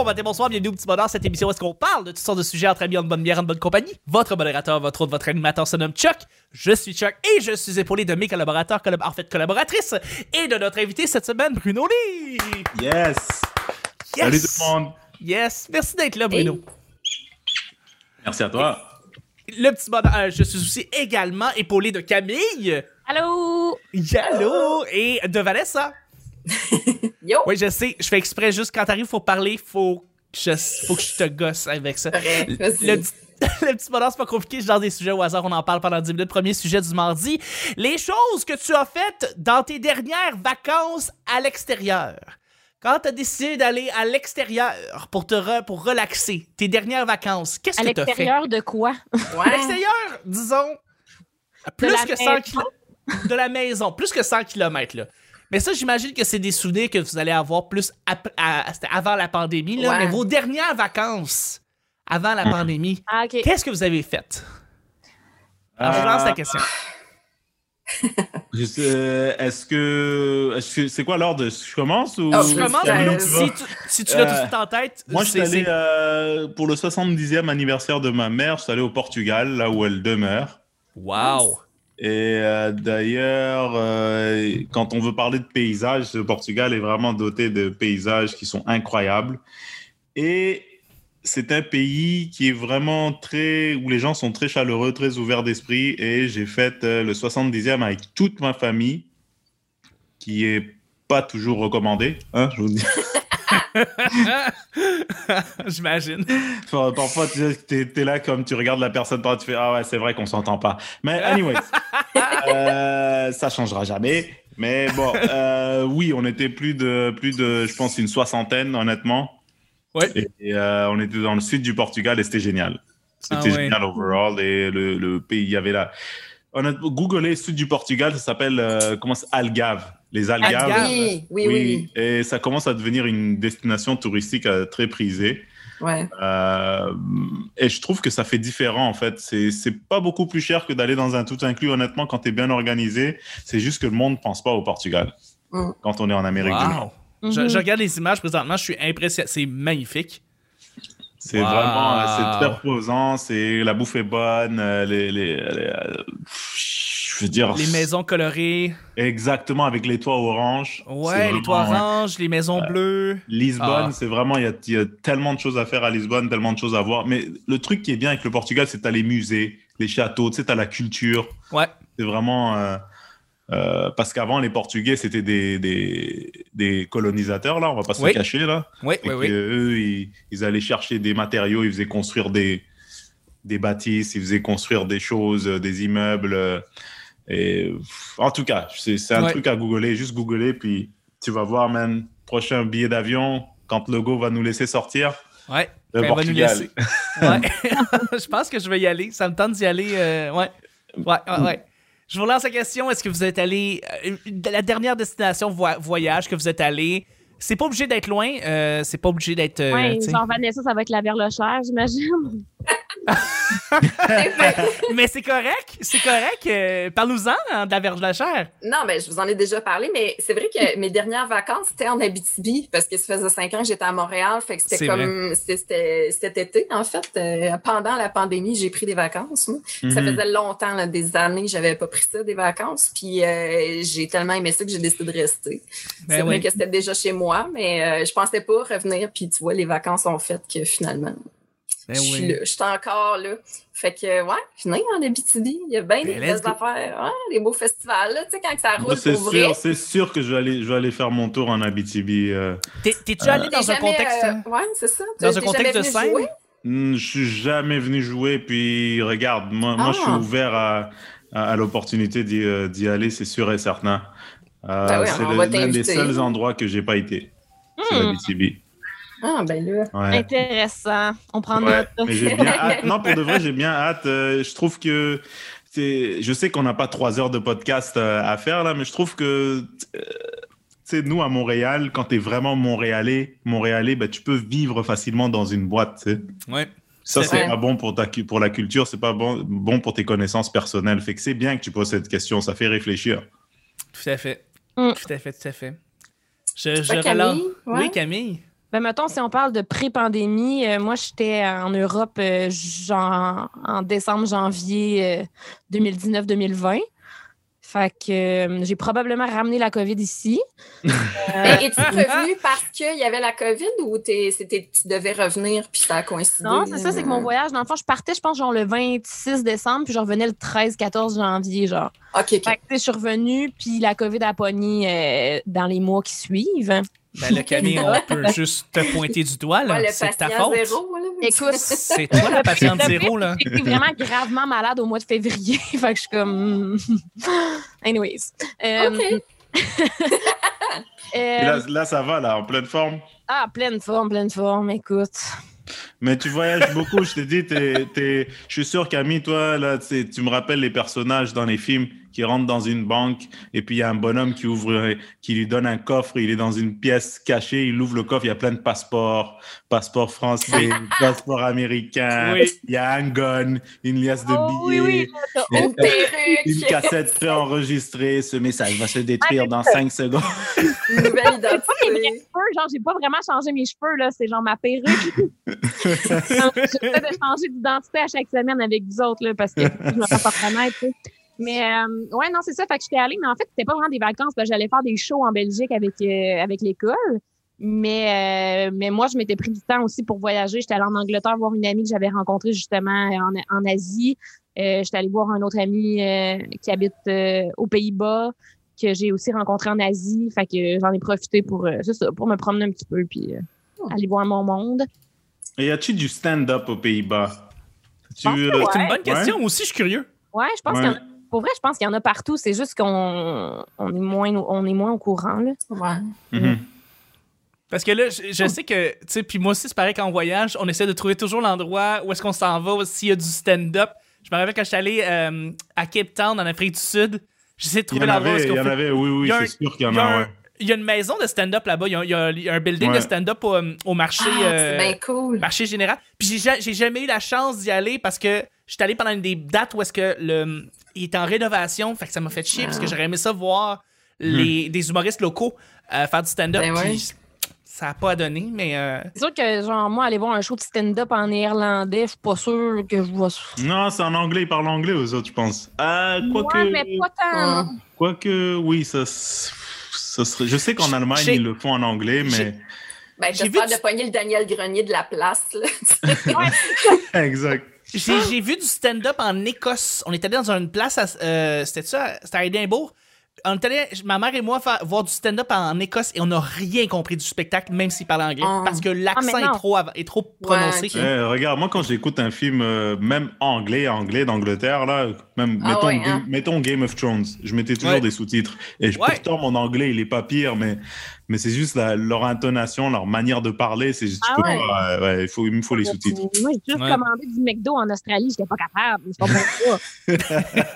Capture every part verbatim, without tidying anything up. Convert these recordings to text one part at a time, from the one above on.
bon matin, bonsoir, bienvenue au Petit Bonheur, cette émission où est-ce qu'on parle de toutes sortes de sujets entre amis, en bonne bière, en bonne compagnie. Votre modérateur, votre autre, votre animateur se nomme Chuck. Je suis Chuck et je suis épaulé de mes collaborateurs, collab- en fait collaboratrices, et de notre invité cette semaine, Bruno Lee. Yes! Yes! Salut tout le monde! Yes! Merci d'être là, Bruno. Hey. Merci à toi. Le Petit Bonheur, euh, je suis aussi également épaulé de Camille. Allô? Allô! Et de Vanessa. Yo! Oui, je sais, je fais exprès, juste quand t'arrives pour parler, faut que je, faut que je te gosse avec ça. Correct, Le, vas-y. le petit- le petit bonheur, c'est pas compliqué, je lance des sujets au hasard, on en parle pendant dix minutes. Premier sujet du mardi. Les choses que tu as faites dans tes dernières vacances à l'extérieur. Quand t'as décidé d'aller à l'extérieur pour te re- pour relaxer, tes dernières vacances, qu'est-ce À que t'as fait? l'extérieur de quoi? À l'extérieur, disons, plus la que cent maison? kilomètres de la maison, plus que cent kilomètres, là. Mais ça, j'imagine que c'est des souvenirs que vous allez avoir plus ap- à- c'était avant la pandémie, là. Ouais. Mais vos dernières vacances avant la pandémie, Ah, OK. qu'est-ce que vous avez fait? Alors, je lance la question. Je sais- Est-ce que. Est-ce que c'est quoi l'ordre? Je commence ou. Oh, Je commence, euh, si, tu, si tu l'as tout de suite en tête, Moi, je suis c'est- allé c'est- euh, pour le soixante-dixième anniversaire de ma mère. Je suis allé au Portugal, là où elle demeure. Wow! Et euh, d'ailleurs, euh, quand on veut parler de paysages, le Portugal est vraiment doté de paysages qui sont incroyables. Et c'est un pays qui est vraiment très, où les gens sont très chaleureux, très ouverts d'esprit. Et j'ai fait euh, le soixante-dixième avec toute ma famille, qui est pas toujours recommandé, hein, je vous dis. J'imagine. Enfin, parfois, tu sais, t'es, t'es là comme tu regardes la personne, tu fais ah ouais, c'est vrai qu'on s'entend pas. Mais anyway, euh, ça changera jamais. Mais bon, euh, oui, on était plus de, plus de, je pense, une soixantaine, honnêtement. Ouais. Et, et, euh, on était dans le sud du Portugal et c'était génial. C'était Ah ouais. génial overall. Et le, le pays, il y avait là. Honnêtement, googlez sud du Portugal, ça s'appelle euh, comment c'est Algarve. Les Algarves. Algarve. Oui, oui, oui. Et ça commence à devenir une destination touristique euh, très prisée. Ouais. Euh, et je trouve que ça fait différent, en fait. C'est, c'est pas beaucoup plus cher que d'aller dans un tout inclus, honnêtement, quand tu es bien organisé. C'est juste que le monde ne pense pas au Portugal Mm. quand on est en Amérique du Nord. Wow! Je, Mhm. je regarde les images présentement, je suis impressionné. C'est magnifique. C'est Wow. vraiment, euh, c'est très reposant. C'est, la bouffe est bonne. euh, les, les, les, euh, je veux dire. Les maisons colorées. Exactement, avec les toits orange. C'est Ouais, les vraiment, toits ouais. oranges, les maisons bleues. Lisbonne, Ah. c'est vraiment, il y, a, il y a tellement de choses à faire à Lisbonne, tellement de choses à voir. Mais le truc qui est bien avec le Portugal, c'est que tu as les musées, les châteaux, tu sais, tu as la culture. Ouais. C'est vraiment. Euh, euh, parce qu'avant, les Portugais, c'était des, des, des colonisateurs, là, on va pas se Oui. le cacher, là. Oui, Et oui, oui. eux, ils, ils allaient chercher des matériaux, ils faisaient construire des, des bâtisses, ils faisaient construire des choses, euh, des immeubles. euh, Et pff, en tout cas, c'est, c'est un Ouais. truc à googler, juste googler, puis tu vas voir, man, prochain billet d'avion, quand Logo va nous laisser sortir, Ouais. le Elle va nous Portugal. laisser. Ouais. Je pense que je vais y aller. Ça me tente d'y aller. euh, ouais. Ouais, ouais, ouais. Je vous lance la question. Est-ce que vous êtes allé... euh, la dernière destination vo- voyage que vous êtes allé, c'est pas obligé d'être loin. euh, c'est pas obligé d'être... euh, Ouais, tu sais. genre Vanessa, ça va être la Verlochère, j'imagine. Mais c'est correct. C'est correct. euh, Parle-nous-en hein, de la Verge de la Chair. Non, mais je vous en ai déjà parlé, mais c'est vrai que mes dernières vacances, c'était en Abitibi, parce que ça faisait cinq ans que j'étais à Montréal, fait que c'était C'est comme, c'était, c'était cet été, en fait, euh, pendant la pandémie, j'ai pris des vacances, moi. Ça Mhm. faisait longtemps, là, des années, j'avais pas pris ça, des vacances, puis euh, j'ai tellement aimé ça que j'ai décidé de rester. Ben c'est vrai oui. que c'était déjà chez moi, mais euh, je pensais pas revenir, puis tu vois, les vacances ont fait que finalement, Ben je suis oui. là, je suis encore là. Fait que, ouais, venez en Abitibi, il y a bien des Ben, let's belles go. affaires, ouais, des beaux festivals, là, tu sais, quand ça Moi, roule c'est pour vrai. sûr, c'est sûr que je vais aller, je vais aller faire mon tour en Abitibi. euh. T'es- T'es-tu allé T'es dans un jamais, contexte... euh, ouais, c'est ça. Dans T'es- un t'es contexte jamais de venu scène? jouer? Hmm, Je suis jamais venu jouer, puis regarde, moi, moi Ah. je suis ouvert à, à, à l'opportunité d'y, euh, d'y aller, c'est sûr et certain. Euh, Ben oui, c'est on le- va l'un des t'inviter. seuls endroits que j'ai pas été. C'est Hmm. l'Abitibi. Ah, ben là. Ouais. Intéressant. On prend Ouais, note. mais j'ai bien hâte. Non, pour de vrai, j'ai bien hâte. Euh, je trouve que c'est. Je sais qu'on n'a pas trois heures de podcast euh, à faire là, mais je trouve que euh, tu sais, nous à Montréal, quand t'es vraiment Montréalais, Montréalais, ben tu peux vivre facilement dans une boîte. Tu sais. Ouais. Ça, C'est c'est vrai. pas bon pour ta cu- pour la culture, c'est pas bon bon pour tes connaissances personnelles. Fait que c'est bien que tu poses cette question, ça fait réfléchir. Tout à fait. Mm. Tout à fait, tout à fait. Je, je Toi, relance. Camille? Ouais. Oui, Camille. Ben, mettons, si on parle de pré-pandémie, euh, moi, j'étais en Europe euh, genre, en décembre, janvier euh, deux mille dix-neuf deux mille vingt. Fait que euh, j'ai probablement ramené la COVID ici. Euh... Mais es-tu revenu parce qu'il y avait la COVID ou t'es, c'était, tu devais revenir puis ça a coïncidé? Non, c'est ça, c'est que mon voyage, dans le fond, je partais, je pense, genre le vingt-six décembre, puis je revenais le treize quatorze janvier, genre. OK, OK. Fait que, je suis revenue, puis la COVID a pogné euh, dans les mois qui suivent. Ben, le Camille, on peut juste te pointer du doigt, là. Ouais, c'est ta faute. Zéro, là. Écoute, c'est toi la patiente zéro, là. J'ai été vraiment gravement malade au mois de février. Fait que je suis comme. Anyways. Euh... OK. Et là, là, ça va, là, en pleine forme. Ah, pleine forme, pleine forme, écoute. Mais tu voyages beaucoup, je t'ai dit, t'es, t'es... je suis sûr, Camille, toi, là, tu me rappelles les personnages dans les films qui rentrent dans une banque et puis il y a un bonhomme qui ouvre, qui lui donne un coffre, il est dans une pièce cachée, il ouvre le coffre, il y a plein de passeports, passeports français, passeports américains, oui. Il y a un gun, une liasse de oh, billets, oui, oui, une, une, perruque, une cassette préenregistrée, ce message va se détruire ouais, dans cinq secondes. Une nouvelle identité. Genre, j'ai pas vraiment changé mes cheveux, là, c'est genre ma perruque. J'essaie de changer d'identité à chaque semaine avec vous autres, là, parce que je me fais pas reconnaître, tu sais. Mais, euh, ouais, non, c'est ça. Fait que j'étais allée, mais en fait, c'était pas vraiment des vacances. Parce que j'allais faire des shows en Belgique avec, euh, avec l'école. Mais, euh, mais moi, je m'étais pris du temps aussi pour voyager. J'étais allée en Angleterre voir une amie que j'avais rencontrée justement en, en Asie. Euh, j'étais allée voir un autre ami euh, qui habite euh, aux Pays-Bas, que j'ai aussi rencontré en Asie. Fait que j'en ai profité pour, euh, c'est ça, pour me promener un petit peu puis euh, oh. aller voir mon monde. Et y a-tu du stand-up aux Pays-Bas? Tu, euh, ouais. C'est une bonne question. Ouais. Moi aussi, je suis curieux. Ouais, je pense ouais. qu'il y en a. Pour vrai, je pense qu'il y en a partout. C'est juste qu'on on est, moins, on est moins au courant. Là. Ouais. Mm-hmm. Parce que là, je, je sais que, tu sais, puis moi aussi, c'est pareil qu'en voyage, on essaie de trouver toujours l'endroit où est-ce qu'on s'en va, s'il y a du stand-up. Je me rappelle quand je suis allé euh, à Cape Town, en Afrique du Sud, j'essaie de trouver l'endroit où est-ce qu'on Il y en fait... avait, oui, oui, c'est sûr qu'il y en a, ouais. Il y a une maison de stand-up là-bas. Il y a, il y a, il y a un building ouais. de stand-up au, au marché, ah, euh, c'est bien cool. marché général. Puis j'ai, j'ai jamais eu la chance d'y aller parce que j'étais allé pendant des dates où est-ce que le, il était en rénovation. Fait que ça m'a fait chier ah. parce que j'aurais aimé ça voir les, mmh. des humoristes locaux euh, faire du stand-up. Ben puis ouais. ça n'a pas donné, mais... Euh... C'est sûr que, genre, moi, aller voir un show de stand-up en néerlandais, je suis pas sûr que je vois ça. Non, c'est en anglais. Ils parlent anglais aux autres, je pense. Euh, quoi ouais, que... mais pas tant. Quoique, oui, ça... Ça serait... Je sais qu'en Allemagne, j'ai... ils le font en anglais, mais... J'ai... Ben, j'espère de pogner le Daniel Grenier de la place, là. Exact. J'ai, j'ai vu du stand-up en Écosse. On est allé dans une place, à, euh, c'était ça? C'était à Édimbourg. On est allé, ma mère et moi, faire, voir du stand-up en Écosse et on n'a rien compris du spectacle, même s'il parlait anglais, oh. parce que l'accent ah, est, trop, est trop prononcé. Ouais, okay. eh, regarde, moi, quand j'écoute un film, euh, même anglais, anglais d'Angleterre, là, même, ah, mettons, ouais, hein? mettons Game of Thrones, je mettais toujours ouais. des sous-titres. Et je, ouais. pourtant, mon anglais, il est pas pire, mais, mais c'est juste la, leur intonation, leur manière de parler. C'est juste, ah, je peux ouais. pas, euh, ouais, il, faut, il me faut les sous-titres. Moi, j'ai juste ouais. commandé du McDo en Australie, j'étais pas capable. Je comprends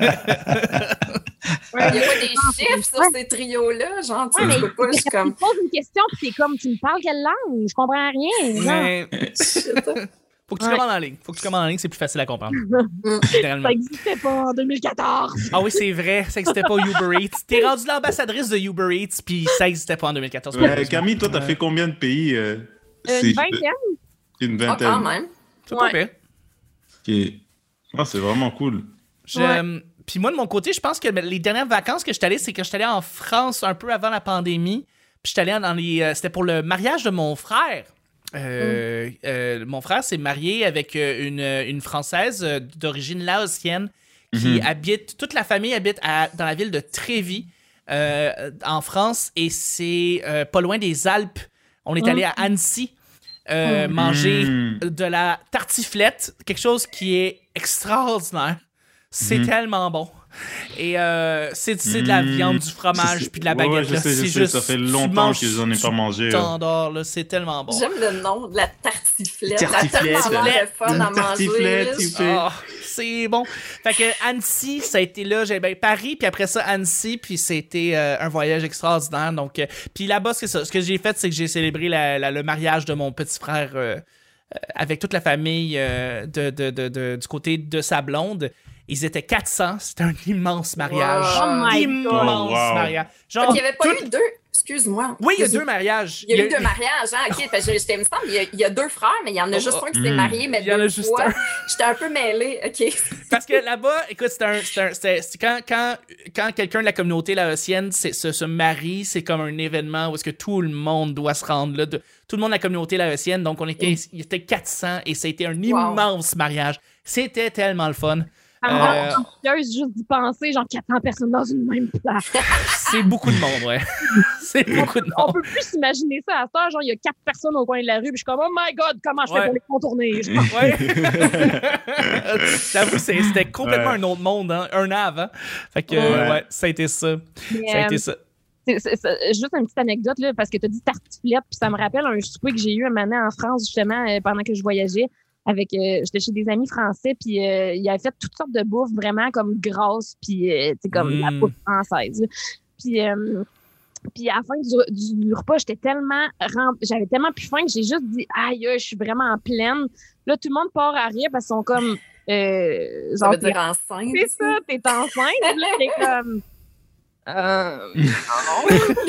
pas. Ouais, il y a pas des chiffres sur ces trios-là, genre, tu ouais, peux pas, je suis comme... Tu me poses une question, puis t'es comme, tu me parles quelle langue? Je comprends rien. Mais... Faut que tu ouais. commandes en ligne. Faut que tu commandes en ligne, c'est plus facile à comprendre. Ça n'existait pas en deux mille quatorze. Ah oui, c'est vrai, ça n'existait pas au Uber Eats. T'es rendu l'ambassadrice de Uber Eats, puis ça n'existait pas en deux mille quatorze. Ouais, Camille, toi, t'as fait combien de pays? Euh, une vingtaine. Une vingtaine. Ah, quand même. C'est pas pire. Ok. Ah, c'est vraiment cool. Je... Ouais. Puis moi, de mon côté, je pense que les dernières vacances que je suis allé, c'est que je suis allé en France un peu avant la pandémie. Puis je suis allé dans les... Euh, c'était pour le mariage de mon frère. Euh, mm. euh, mon frère s'est marié avec une, une Française d'origine laotienne qui mm-hmm. habite... Toute la famille habite à, dans la ville de Trévis, euh, en France. Et c'est euh, pas loin des Alpes. On est mm. allé à Annecy euh, mm. manger mm. de la tartiflette. Quelque chose qui est extraordinaire. C'est mmh. tellement bon. Et euh, c'est, c'est de la viande, du fromage, puis de la baguette. Ouais, ouais, je là. sais, je c'est sais, juste, ça fait longtemps que j'en ai pas mangé. Tendor, là, c'est tellement bon. J'aime le nom de la tartiflette. Tartiflette. Ça a tellement l'air fun à manger. Oh, c'est bon. Fait que Annecy, ça a été là. J'ai, ben, Paris, puis après ça, Annecy, puis c'était euh, un voyage extraordinaire. Donc, euh, puis là-bas, c'est ça. Ce que j'ai fait, c'est que j'ai célébré la, la, le mariage de mon petit frère euh, avec toute la famille euh, de, de, de, de, du côté de sa blonde. Ils étaient quatre cents. C'était un immense mariage. Wow. Oh my immense God. Oh, wow. mariage. Donc, Genre, il n'y avait pas tout- eu deux. Excuse-moi. Oui, il y a Excuse- deux mariages. Il y a eu deux mariages, hein? OK, parce que j'étais, il me semble, il y, a, il y a deux frères, mais il y en a juste un qui s'est Mm. marié, mais Il y en a deux juste fois. un. J'étais un peu mêlée. OK. Parce que là-bas, écoute, c'est un, c'est un- c'est- c'est quand, quand, quand quelqu'un de la communauté laotienne c'est- se, se marie, c'est comme un événement où est-ce que tout le monde doit se rendre là. De, tout le monde de la communauté laotienne. Donc, on était, il était quatre cents et ça a été un immense mariage. C'était tellement le fun. Ça me Euh, rend anxieuse juste d'y penser, genre quatre cents personnes dans une même place. C'est beaucoup de monde, ouais. C'est beaucoup de On monde. peut plus s'imaginer ça à cette heure, genre il y a quatre personnes au coin de la rue, puis je suis comme oh my god, comment je fais Ouais. pour les contourner? Je- Ouais. J'avoue, c'est- c'était complètement Ouais. un autre monde, hein, un an avant. Fait que, euh, Ouais. ouais, ça a été ça. Mais, Ça a euh, été ça. C'est, c'est- c'est juste une petite anecdote, là, parce que tu as dit tartiflette, puis ça me rappelle un souper que j'ai eu un moment donné en France, justement, euh, pendant que je voyageais. Avec, euh, j'étais chez des amis français, puis euh, ils avaient fait toutes sortes de bouffe vraiment comme grasse, puis euh, tu sais, comme la Mm. bouffe française. là. Puis, euh, puis à la fin du, du repas, j'étais tellement rem- j'avais tellement plus faim que j'ai juste dit aïe, aïe, je suis vraiment en pleine. Là, tout le monde part à rire parce qu'ils sont comme euh, Ça genre, veut dire enceinte. c'est ça, t'es enceinte. Là, t'es comme. Euh, non.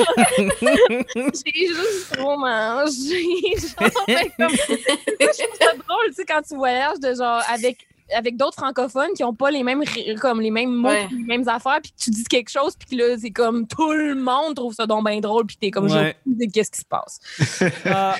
J'ai juste trop mangé. Genre, fait comme, je trouve ça drôle, tu sais, quand tu voyages de genre avec, avec d'autres francophones qui n'ont pas les mêmes, ri- comme les mêmes mots, Ouais. puis les mêmes affaires, puis que tu dis quelque chose, puis que là, c'est comme tout le monde trouve ça donc bien drôle, puis t'es comme, j'ai Ouais. aucune idée de qu'est-ce qui se passe. Ah.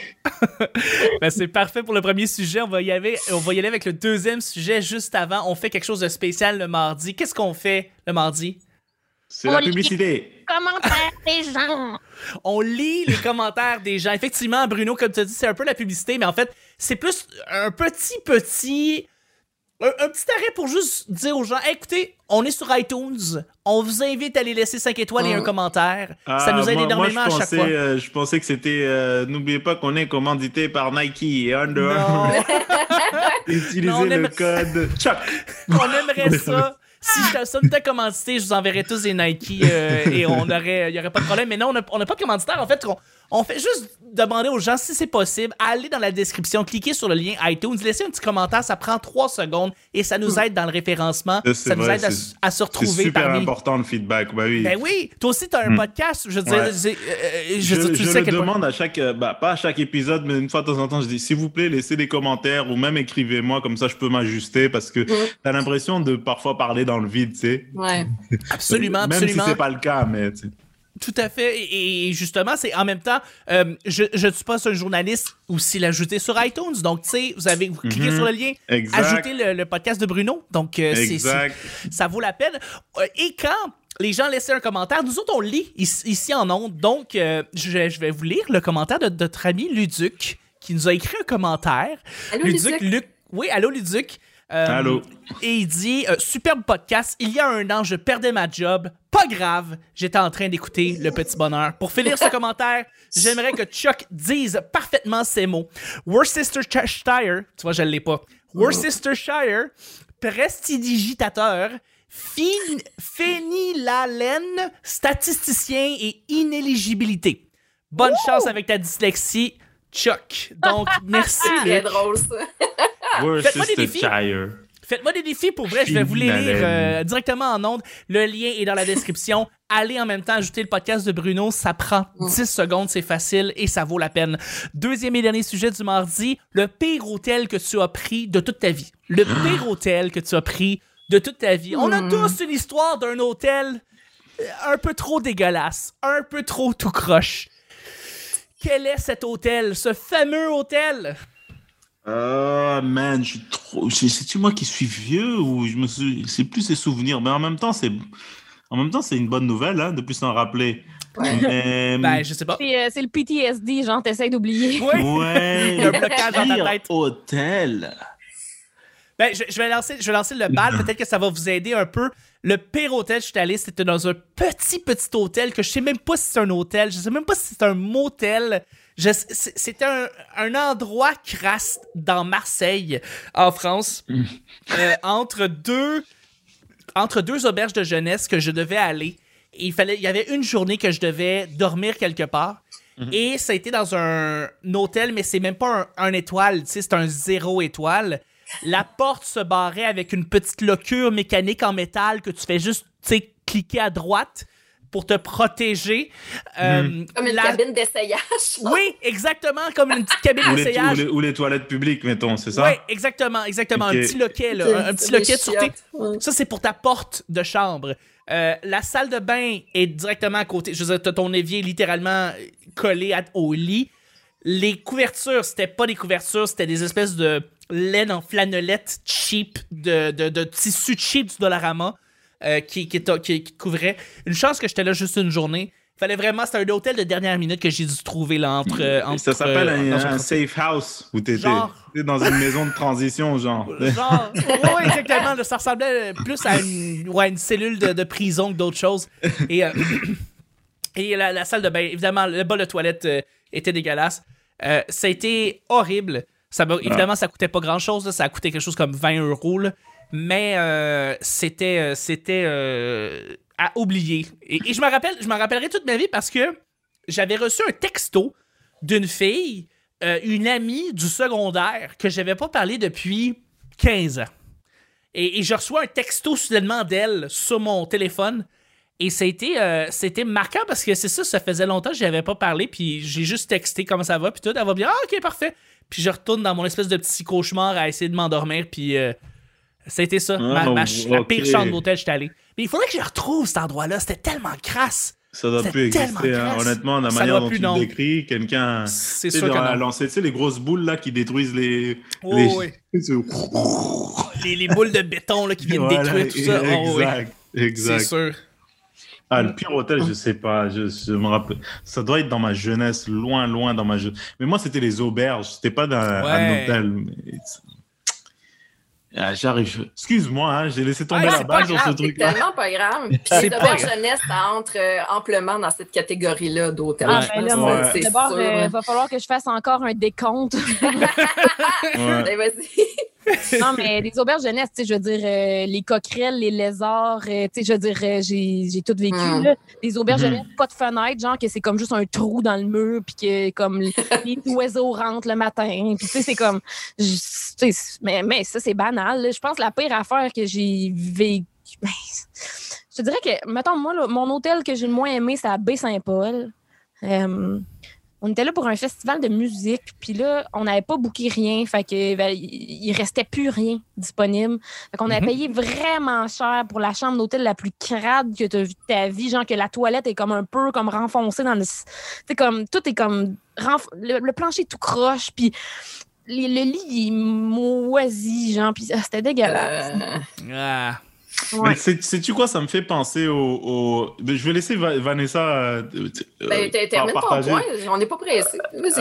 Ben, c'est parfait pour le premier sujet. On va, y aller, on va y aller avec le deuxième sujet juste avant. On fait quelque chose de spécial le mardi. Qu'est-ce qu'on fait le mardi? C'est la publicité. Commentaires des gens. On lit les commentaires des gens. Effectivement, Bruno, comme tu as dit, c'est un peu la publicité, mais en fait, c'est plus un petit, petit... Un, un petit arrêt pour juste dire aux gens, hey, écoutez, on est sur iTunes, on vous invite à aller laisser cinq étoiles et un commentaire. Ça Ah, nous aide moi- énormément moi, je à chaque pensais, fois. euh, je pensais que c'était. euh, N'oubliez pas qu'on est commandité par Nike et Under Non, Armour. Utilisez Non, on le aime- code Chuck. on aimerait ça. Si je ça me commandité, je vous enverrais tous des Nike euh, et on aurait, il n'y aurait pas de problème. Mais non, on n'a pas de commanditaire. En fait, on, on fait juste demander aux gens si c'est possible. Allez dans la description, cliquez sur le lien iTunes, laissez un petit commentaire. Ça prend trois secondes et ça nous aide dans le référencement. Ça, c'est Ça nous vrai, aide à, c'est- à se C'est retrouver super parmi. important le feedback. Bah oui. Ben oui, toi aussi, tu as un Mm. podcast. Je veux dire, Ouais. c'est- euh, je, Je, veux dire, tu je sais à le quel point- demande à chaque, euh, bah, pas à chaque épisode, mais une fois de temps en temps, je dis s'il vous plaît, laissez des commentaires ou même écrivez-moi, comme ça je peux m'ajuster parce que Mm. t'as l'impression de parfois parler dans le vide, tu sais. Ouais. Absolument, Même absolument. si c'est pas le cas, mais tu sais. Tout à fait. Et, et justement, c'est en même temps, euh, je ne suis pas un journaliste aussi l'ajouter sur iTunes. Donc, tu sais, vous avez vous cliquez Mhm. sur le lien, Exact. ajoutez le, le podcast de Bruno. Donc, euh, c'est, Exact. c'est- ça vaut la peine. Euh, Et quand les gens laissaient un commentaire, nous autres, on le lit ici, ici en ondes. Donc, euh, je, je vais vous lire le commentaire de, de notre ami Luduc qui nous a écrit un commentaire. Allô, Luduc, Luduc? Luc- oui, allô, Luduc. Euh, Allô. Et il dit euh, superbe podcast. Il y a un an, je perdais ma job. Pas grave, j'étais en train d'écouter Le Petit Bonheur. Pour finir ce commentaire, j'aimerais que Chuck dise parfaitement ces mots. Worcestershire, tu vois, je l'ai pas. Worcestershire, prestidigitateur, fin- phénylalène, statisticien et inéligibilité. Bonne chance avec ta dyslexie, Chuck. Donc, merci. C'est très Luc. drôle, ça. Faites-moi des défis. Worcestershire. Faites-moi des défis pour vrai, je vais vous les lire euh, directement en ondes. Le lien est dans la description. Allez en même temps ajouter le podcast de Bruno, ça prend dix secondes, c'est facile et ça vaut la peine. Deuxième et dernier sujet du mardi, le pire hôtel que tu as pris de toute ta vie. Le pire hôtel que tu as pris de toute ta vie. On a tous une histoire d'un hôtel euh, un peu trop dégueulasse, un peu trop tout croche. Quel est cet hôtel, ce fameux hôtel? Ah, man, je suis trop. c'est- C'est-tu moi qui suis vieux ou je me suis. C'est plus ces souvenirs. Mais en même temps, c'est. En même temps, c'est une bonne nouvelle, hein, de plus s'en rappeler. Ouais. Mais... Ben, je sais pas. C'est, euh, c'est le P T S D, genre, t'essayes d'oublier. Ouais. Ouais. Il y a un blocage dans ta Pire tête. Hôtel. Ben, je, je vais lancer, je vais lancer le bal. Peut-être que ça va vous aider un peu. Le pire hôtel que je suis allé, c'était dans un petit, petit hôtel que je sais même pas si c'est un hôtel. Je sais même pas si c'est un motel. Je- c'est- C'était un, un endroit crasse dans Marseille, en France, euh, entre deux, entre deux auberges de jeunesse que je devais aller. Et il fallait, il y avait une journée que je devais dormir quelque part. Et ça a été dans un, un hôtel, mais c'est même pas un, un étoile, tu sais, c'est un zéro étoile. La porte se barrait avec une petite locure mécanique en métal que tu fais juste, tu sais, cliquer à droite pour te protéger. Euh, mmh. Comme une la... cabine d'essayage. Oui, exactement, comme une petite cabine ou d'essayage. Les, ou, les, ou les toilettes publiques, mettons, c'est ça? Oui, exactement, exactement. Okay. Un petit loquet, là. Un, un petit loquet sur tes... Ça, c'est pour ta porte de chambre. Euh, la salle de bain est directement à côté. Je veux dire, t'as ton évier littéralement collé à, au lit. Les couvertures, c'était pas des couvertures, c'était des espèces de laine en flanellette cheap, de, de, de tissu cheap du Dollarama. Euh, qui, qui, qui, qui couvrait. Une chance que j'étais là juste une journée. Fallait vraiment, c'était un hôtel de dernière minute que j'ai dû trouver là entre. Euh, entre ça s'appelle euh, un, un safe house où t'étais. Genre... T'étais dans une maison de transition, genre. Genre, oui, exactement. Ça ressemblait plus à une, ouais, une cellule de, de prison que d'autres choses. Et, euh, et la, la salle de bain, évidemment, le bol de toilette euh, était dégueulasse. Euh, ça a été horrible. Ça, évidemment, ah. ça coûtait pas grand-chose. Là. Ça a coûté quelque chose comme vingt euros. Là. Mais euh, c'était, euh, c'était euh, à oublier. Et, et je me rappelle, je me rappellerai toute ma vie parce que j'avais reçu un texto d'une fille, euh, une amie du secondaire que j'avais pas parlé depuis quinze ans. Et, et je reçois un texto soudainement d'elle sur mon téléphone. Et ça a été, euh, c'était marquant parce que c'est ça, ça faisait longtemps que je n'avais pas parlé. Puis j'ai juste texté comment ça va. Puis tout, elle va bien. Ah, ok, parfait. Puis je retourne dans mon espèce de petit cauchemar à essayer de m'endormir. Puis. Euh, C'était ça, oh, ma, ma, okay. la pire chambre d'hôtel, j'étais allé. Mais il faudrait que je retrouve cet endroit-là, c'était tellement crasse. Ça doit plus exister, hein. Honnêtement, la ça manière dont plus, tu non. le décris, quelqu'un... C'est sûr que non. Lancé, tu sais, les grosses boules là, qui détruisent les... Oh, les... Oui. les, les boules de béton là, qui viennent voilà, détruire tout ça. Oh, exact, oui. exact. C'est sûr. Ah, le pire hôtel, je sais pas, je, je me rappelle. Ça doit être dans ma jeunesse, loin, loin dans ma jeunesse. Mais moi, c'était les auberges, c'était pas dans ouais. un hôtel. Mais... Ah, j'arrive. Excuse-moi, hein, j'ai laissé tomber ah, la balle sur ce truc-là. C'est tellement pas grave. Puis les auberges jeunesse, ça entre euh, amplement dans cette catégorie-là d'hôtel. Ah, ben là, ouais. c'est D'abord, il euh, va falloir que je fasse encore un décompte. ouais. Ben, vas-y. Non, mais les auberges jeunesse, tu sais, je veux dire, euh, les coquerelles, les lézards, euh, tu sais, je veux dire, euh, j'ai, j'ai tout vécu, mm. là. Les auberges mm. jeunesse, pas de fenêtre, genre que c'est comme juste un trou dans le mur, puis que, comme, les oiseaux rentrent le matin, puis tu sais, c'est comme, tu sais, mais, mais ça, c'est banal, là. Je pense que la pire affaire que j'ai vécue, ben, je te dirais que, mettons, moi, là, mon hôtel que j'ai le moins aimé, c'est à Baie-Saint-Paul. Euh, On était là pour un festival de musique, puis là, on n'avait pas booké rien, fait que ben, il restait plus rien disponible. Fait qu'on avait mm-hmm. payé vraiment cher pour la chambre d'hôtel la plus crade que tu as vue de ta vie, genre que la toilette est comme un peu comme renfoncée dans le... C'est comme... Tout est comme... Renf... Le, le plancher tout croche, puis le, le lit, il est moisi, genre, puis ah, c'était dégueulasse. Euh... Ah... Ouais. Mais sais-tu quoi, ça me fait penser au... au... Je vais laisser Vanessa euh, ben, euh, termine ton point, on n'est pas pressé.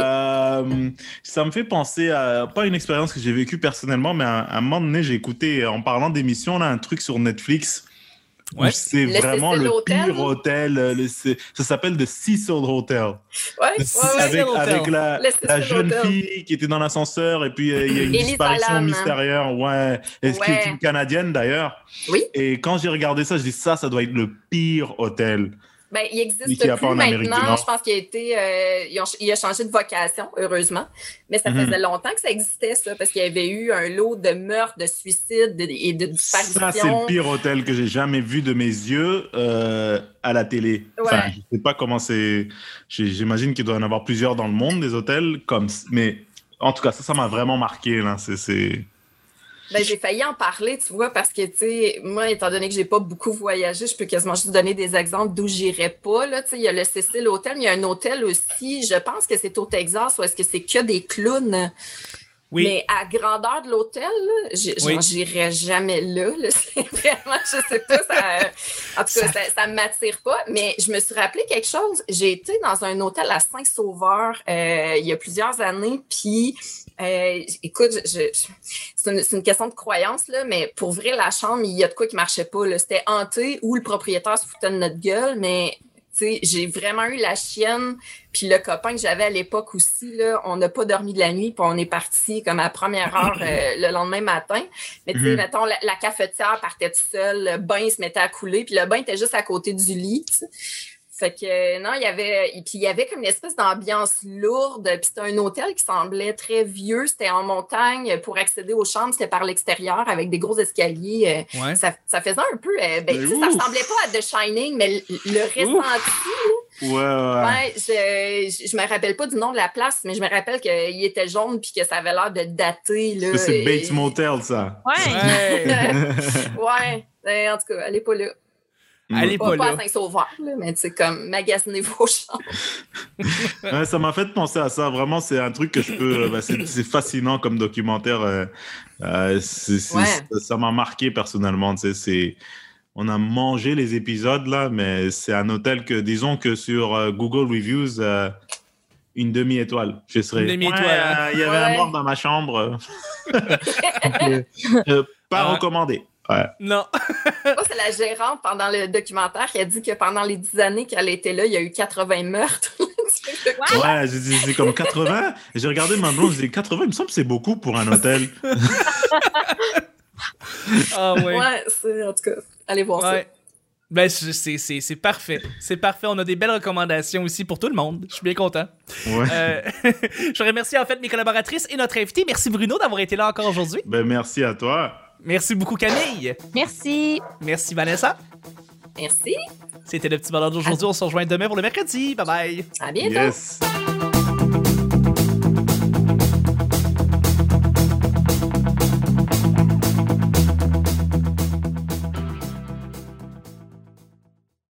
Euh, ça me fait penser à, pas une expérience que j'ai vécue personnellement, mais à, à un moment donné, j'ai écouté, en parlant d'émissions, là, un truc sur Netflix. Ouais. C'est le vraiment Cecil le Hotel. Pire hôtel. Le, ça s'appelle The Cecil Hotel. Ouais, ouais, ouais, avec, avec la, la jeune Hotel. Fille qui était dans l'ascenseur et puis euh, il y a une Elisa disparition Lam. Mystérieuse. Ouais. Est-ce ouais. qu'elle est une Canadienne d'ailleurs? Oui. Et quand j'ai regardé ça, je dis ça, ça doit être le pire hôtel. Ben, il existe plus maintenant. Je pense qu'il a été, euh, il, a, il a changé de vocation, heureusement. Mais ça mm-hmm. faisait longtemps que ça existait, ça, parce qu'il y avait eu un lot de meurtres, de suicides et de disparitions. Ça, c'est le pire hôtel que j'ai jamais vu de mes yeux euh, à la télé. Ouais. Enfin, je sais pas comment c'est. J'imagine qu'il doit y en avoir plusieurs dans le monde, des hôtels comme. Mais en tout cas, ça, ça m'a vraiment marqué, là. C'est. c'est... Ben, j'ai failli en parler, tu vois, parce que, tu sais, moi, étant donné que j'ai pas beaucoup voyagé, je peux quasiment juste donner des exemples d'où j'irais pas, là. Tu sais, il y a le Cecil Hotel, mais il y a un hôtel aussi, je pense que c'est au Texas, ou est-ce que c'est que des clowns? Oui. Mais à grandeur de l'hôtel, là, j'ai, oui. genre, j'irais jamais là, là. C'est vraiment, je sais pas, ça, en tout cas, ça, ça m'attire pas. Mais je me suis rappelé quelque chose. J'ai été dans un hôtel à Saint-Sauveur, euh, il y a plusieurs années, puis Euh, écoute, je, je, c'est, une, c'est une question de croyance, là, mais pour ouvrir la chambre, il y a de quoi qui marchait pas, là. C'était hanté ou le propriétaire se foutait de notre gueule, mais tu sais, j'ai vraiment eu la chienne, puis le copain que j'avais à l'époque aussi, là, on n'a pas dormi de la nuit, puis on est parti comme à première heure euh, le lendemain matin. Mais tu sais, mm-hmm. mettons, la, la cafetière partait toute seule, le bain se mettait à couler, puis le bain était juste à côté du lit, t'sais. Fait que, non, il y avait, et puis il y avait comme une espèce d'ambiance lourde, puis c'était un hôtel qui semblait très vieux, c'était en montagne, pour accéder aux chambres, c'était par l'extérieur, avec des gros escaliers. Ouais. Ça, ça faisait un peu, euh, ben, tu sais, ça ressemblait pas à The Shining, mais le, le ressenti, Ouais, ouais, ouais. ouais, je, je me rappelle pas du nom de la place, mais je me rappelle qu'il était jaune, puis que ça avait l'air de dater, là. C'est Bates et... Motel, ça. Ouais. Ouais, ouais, en tout cas, allez pas là. Allez Pas, pas pas là. à Saint-Sauveur, là, mais tu sais, comme, magasinez vos chambres. Ouais, ça m'a fait penser à ça. Vraiment, c'est un truc que je peux. Bah, c'est, c'est fascinant comme documentaire. Euh, euh, c'est, c'est, Ouais. ça, ça m'a marqué personnellement. Tu sais, c'est, on a mangé les épisodes là, mais c'est un hôtel que, disons que sur euh, Google Reviews, euh, une demi-étoile. Je serais. Une demi-étoile, Ouais, hein. euh, il y avait Ouais. un mort dans ma chambre. Euh, pas Ouais. recommandé. Ouais. Non. Moi, c'est la gérante pendant le documentaire qui a dit que pendant les dix années qu'elle était là, il y a eu quatre-vingts meurtres. Ouais, j'ai dit, c'est comme quatre-vingts. J'ai regardé ma blonde, j'ai dit quatre-vingts, il me semble que c'est beaucoup pour un hôtel. Ah ouais. Ouais, c'est, en tout cas, allez voir Ouais. Ben, c'est, c'est, c'est, c'est parfait. C'est parfait. On a des belles recommandations aussi pour tout le monde. Je suis bien content. Ouais. Euh, je remercie en fait mes collaboratrices et notre invité. Merci Bruno d'avoir été là encore aujourd'hui. Ben, merci à toi. Merci beaucoup Camille. Merci. Merci Vanessa. ça. Merci. C'était le petit bonheur d'aujourd'hui. On se rejoint demain pour le mercredi. Bye bye. À bientôt. Yes.